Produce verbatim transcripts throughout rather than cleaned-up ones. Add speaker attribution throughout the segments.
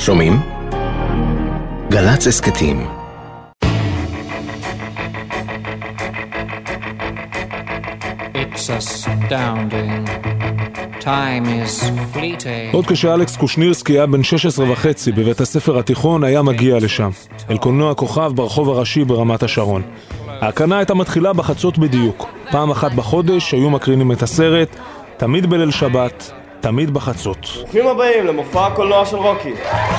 Speaker 1: שומעים? גל"צ הסכתים.
Speaker 2: It's astounding. Time is fleeting.
Speaker 3: עוד כשאלכס קושנירסקי היה בן שש עשרה וחצי בבית הספר התיכון היה מגיע לשם, אל קולנוע כוכב ברחוב הראשי ברמת השרון. ההקרנה הייתה מתחילה בחצות בדיוק. פעם אחת בחודש היו מקרינים את הסרט, תמיד בליל שבת, תמיד בחצות.
Speaker 4: ברוכים הבאים למופע הקולנוע של רוקי.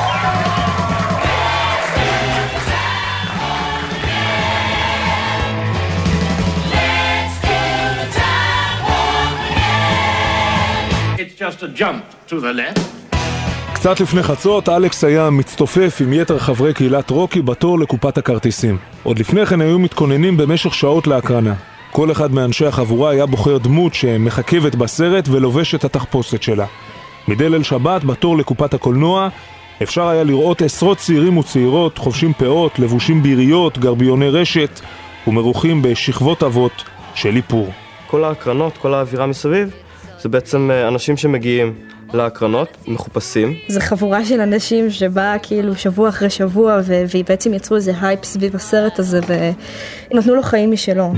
Speaker 5: Just a jump to the left.
Speaker 3: קצת לפני חצות, אלכס היה מצטופף עם יתר חברי קהילת רוקי בתור לקופת הכרטיסים. עוד לפני כן היו מתכוננים במשך שעות להקרנה. כל אחד מאנשי החבורה היה בוחר דמות שמחכבת בסרט ולובש את התחפושת שלה. מדי ליל שבת, בתור לקופת הקולנוע, אפשר היה לראות עשרות צעירים וצעירות, חובשים פאות, לבושים ביריות, גרביוני רשת ומרוחים בשכבות אבות של איפור.
Speaker 4: כל ההקרנות, כל האווירה מסביב, זה בעצם אנשים שמגיעים להקרנות, מחופשים.
Speaker 6: זה חבורה של אנשים שבאה כאילו שבוע אחרי שבוע, והיא בעצם יצרו איזה הייפ סביב הסרט הזה, ונתנו לו חיים משלו.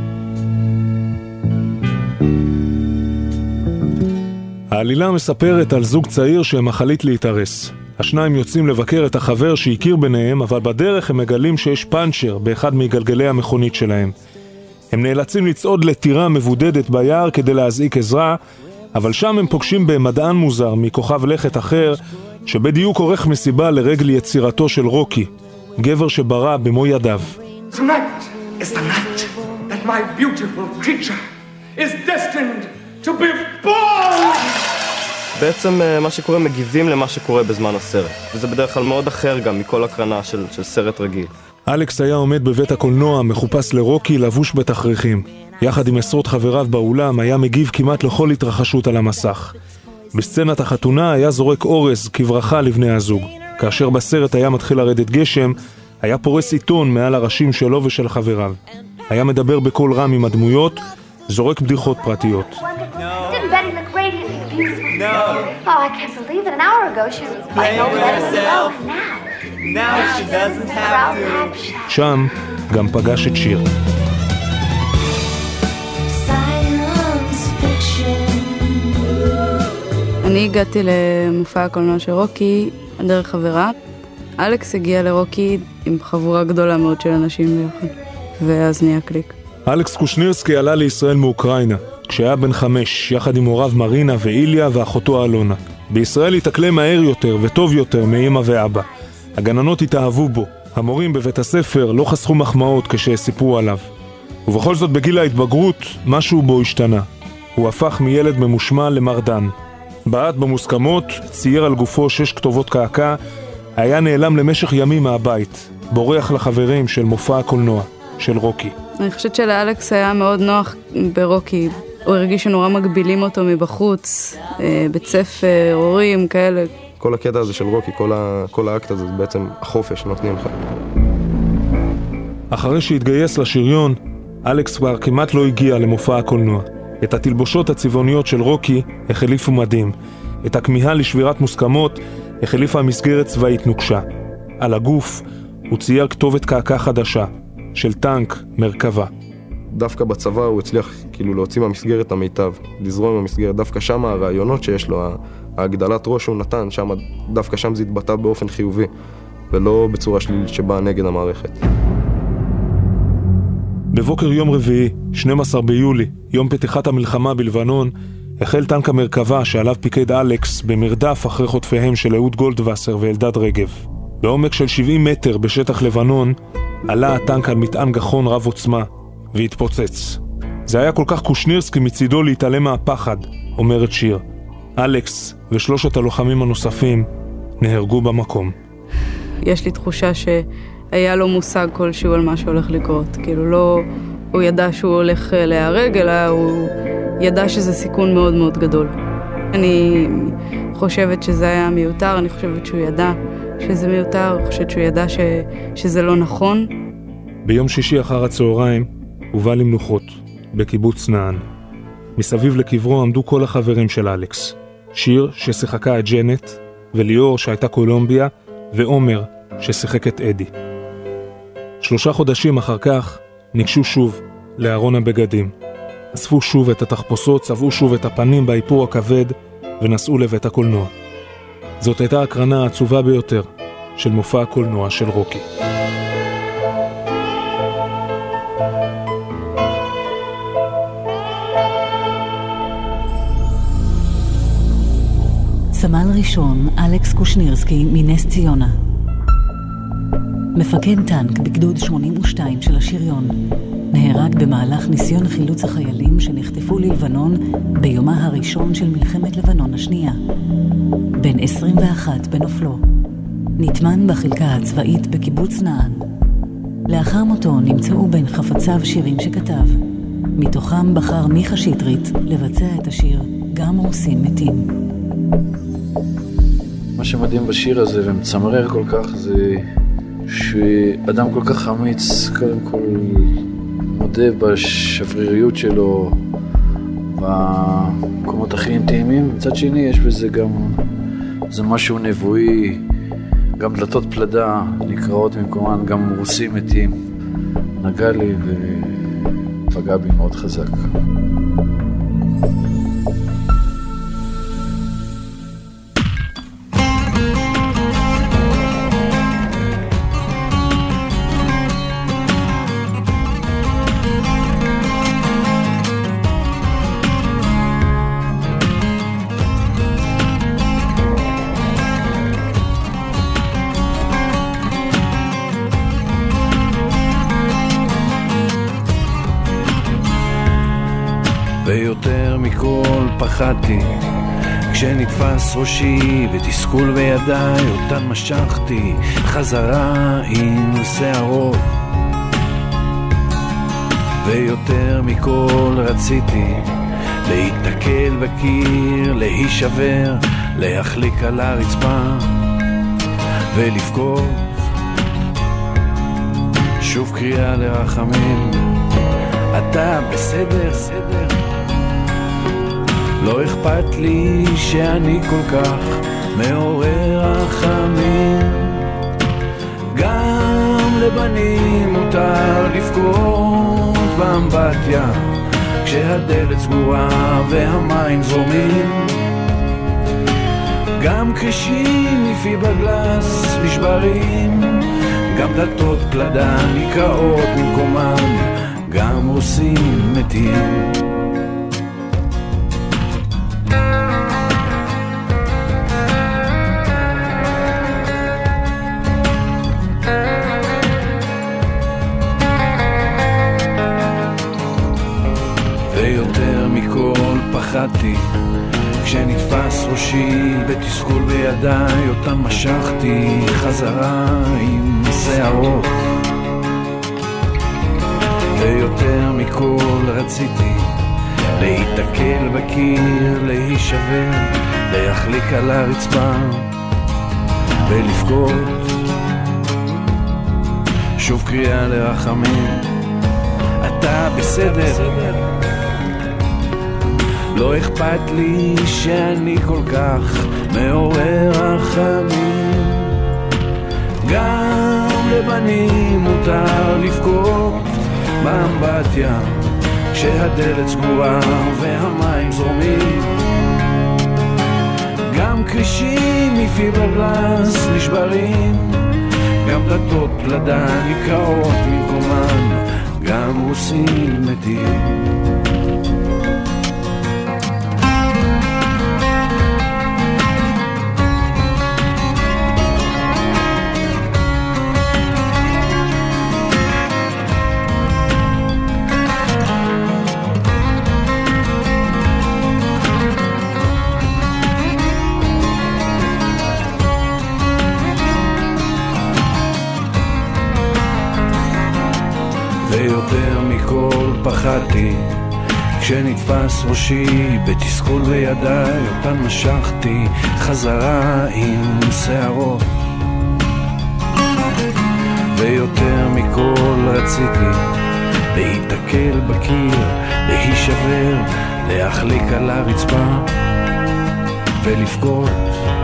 Speaker 3: העלילה מספרת על זוג צעיר שהם מחליט להתארס. השניים יוצאים לבקר את החבר שהכיר ביניהם, אבל בדרך הם מגלים שיש פאנצ'ר באחד מגלגלי המכונית שלהם. הם נאלצים לצעוד לטירה מבודדת ביער כדי להזעיק עזרה, אבל שם הם פוגשים במדען מוזר מכוכב לכת אחר, שבדיוק עורך מסיבה לרגל יצירתו של רוקי, גבר שברא במו ידיו.
Speaker 5: Tonight is the night that my beautiful creature is destined to be born!
Speaker 4: בעצם מה שקורה מגיבים למה שקורה בזמן הסרט. וזה בדרך כלל מאוד אחר גם מכל הקרנה של, של סרט רגיל.
Speaker 3: אלכס היה עומד בבית הקולנוע מחופש לרוקי לבוש בתכריכים. יחד עם עשרות חבריו באולם היה מגיב כמעט לכל התרחשות על המסך. בסצנת החתונה היה זורק אורז כברכה לבני הזוג. כאשר בסרט היה מתחיל לרדת גשם, היה פורס עיתון מעל הראשים שלו ושל חבריו. היה מדבר בקול רם עם הדמויות, זורק בדיחות פרטיות. שם גם פגש את שיר.
Speaker 7: אני הגעתי למופע הקולנוע של רוקי דרך חברה. אלכס הגיע לרוקי עם חבורה גדולה מאוד של אנשים ביחד, ואז נהיה קליק.
Speaker 3: אלכס קושנירסקי עלה לישראל מאוקראינה כשהיה בן חמש, יחד עם הוריו מרינה ואיליה ואחותו אלונה. בישראל התאקלם מהר יותר וטוב יותר מאמא ואבא. הגננות התאהבו בו. המורים בבית הספר לא חסכו מחמאות כשסיפרו עליו. ובכל זאת בגיל ההתבגרות משהו בו השתנה. הוא הפך מילד ממושמע למרדן. בעט במוסכמות, צייר על גופו שש כתובות קעקע, היה נעלם למשך ימים מהבית, בורח לחברים של מופע הקולנוע, של רוקי.
Speaker 7: אני חושבת שלאלכס היה מאוד נוח ברוקי. הוא הרגיש שנורא מגבילים אותו מבחוץ, בית ספר, הורים, כאלה.
Speaker 4: כל הקטע הזה של רוקי, כל, ה... כל האקט הזה, זה בעצם החופש נותנים לך.
Speaker 3: אחרי שהתגייס לשריון, אלכס כבר כמעט לא הגיע למופע הקולנוע. את התלבושות הצבעוניות של רוקי החליפו מדים. את הכמיהה לשבירת מוסכמות החליפה המסגרת צבאית נוקשה. על הגוף הוא צייר כתובת קעקע חדשה, של טנק מרכבה.
Speaker 4: דווקא בצבא הוא הצליח כאילו להוציא מהמסגרת המיטב, לזרום מהמסגרת. דווקא שם הרעיונות שיש לו, ההגדלת ראש שהוא נתן, שם, דווקא שם זה התבטא באופן חיובי, ולא בצורה שלילית שבאה נגד המערכת.
Speaker 3: בבוקר יום רביעי, שנים עשר ביולי, יום פתיחת המלחמה בלבנון, החל טנק המרכבה שעליו פיקד אלכס במרדף אחרי חוטפיהם של אהוד גולדווסר ואלדד רגב. בעומק של שבעים מטר בשטח לבנון, עלה הטנק על מטען גחון רב עוצמה, והתפוצץ. זה היה כל כך קושנירסקי מצידו להתעלם מהפחד, אומרת שיר. אלכס ושלושת הלוחמים הנוספים נהרגו במקום.
Speaker 7: יש לי תחושה שהיה לו מושג כלשהו על מה שהולך לקרות. כאילו לא, הוא ידע שהוא הולך להיהרג, אלא הוא ידע שזה סיכון מאוד מאוד גדול. אני חושבת שזה היה מיותר, אני חושבת שהוא ידע שזה מיותר, אני חושבת שהוא ידע ש... שזה לא נכון.
Speaker 3: ביום שישי אחר הצהריים הוא בא למנוחות בקיבוץ נען. מסביב לקברו עמדו כל החברים של אלכס. שיר ששיחקה את ג'נט, וליאור שהייתה קולומביה, ועומר ששיחק את אדי. שלושה חודשים אחר כך ניגשו שוב לארון הבגדים. אספו שוב את התחפושות, צבעו שוב את הפנים באיפור הכבד ונסעו לבית הקולנוע. זאת הייתה ההקרנה העצובה ביותר של מופע הקולנוע של רוקי.
Speaker 8: סמל ראשון אלכס קושנירסקי מנס ציונה, מפקד טנק בגדוד שמונים ושתיים של השריון, נהרג במהלך ניסיון חילוץ החיילים שנחטפו ללבנון ביומה הראשון של מלחמת לבנון השנייה. בן עשרים ואחת בנופלו. נטמן בחלקה הצבאית בקיבוץ נען. לאחר מותו נמצאו בין חפציו שירים שכתב. מתוכם בחר מיכה שטרית לבצע את השיר גם רוסים מתים.
Speaker 9: מה שמדהים בשיר הזה ומצמרר כל כך זה שאדם כל כך אמיץ קודם כל מודה בשבריריות שלו במקומות הכי אינטימיים. מצד שני יש בזה גם זה משהו נבואי, גם דלתות פלדה נקראות במקומן, גם רוסים מתים. נגע לי ופגע בי מאוד חזק.
Speaker 10: ויותר מכל פחדתי כשנתפס ראשי ותסכול בידיי אותן משכתי חזרה עם שערות. ויותר מכל רציתי להתקל בקיר, להישבר, להחליק על הרצפה ולבכות שוב קריאה לרחמים. אתה בסדר, בסדר, לא אכפת לי שאני כל כך מעורר רחמים. גם לבנים מותר לבכות באמבטיה כשהדלת סגורה והמים זורמים. גם קרישים מפי בגלס נשברים, גם דלתות פלדה נקראות במקומן, גם רוסים מתים. ויותר מכל פחדתי כשנתפס ראשי בתסכול בידיי אותם משכתי חזרה עם שערות. ויותר מכל רציתי להתקל בקיר, להישבר, להחליק על הרצפה ולבכות שוב קריאה לרחמים. אתה בסדר, לא אכפת לי שאני כל כך מעורר רחמים. גם לבנים מותר לבכות באמבטיה כשהדלת סגורה והמים זורמים. גם קרישים מפי בגלס נשברים, גם דלתות פלדה נקראות במקומן, גם רוסים מתים. ויותר מכל פחדתי כשנתפס ראשי בתסכול בידיי אותן משכתי חזרה עם שערות. ויותר מכל רציתי להתקל בקיר, להישבר, להחליק על הרצפה ולבכות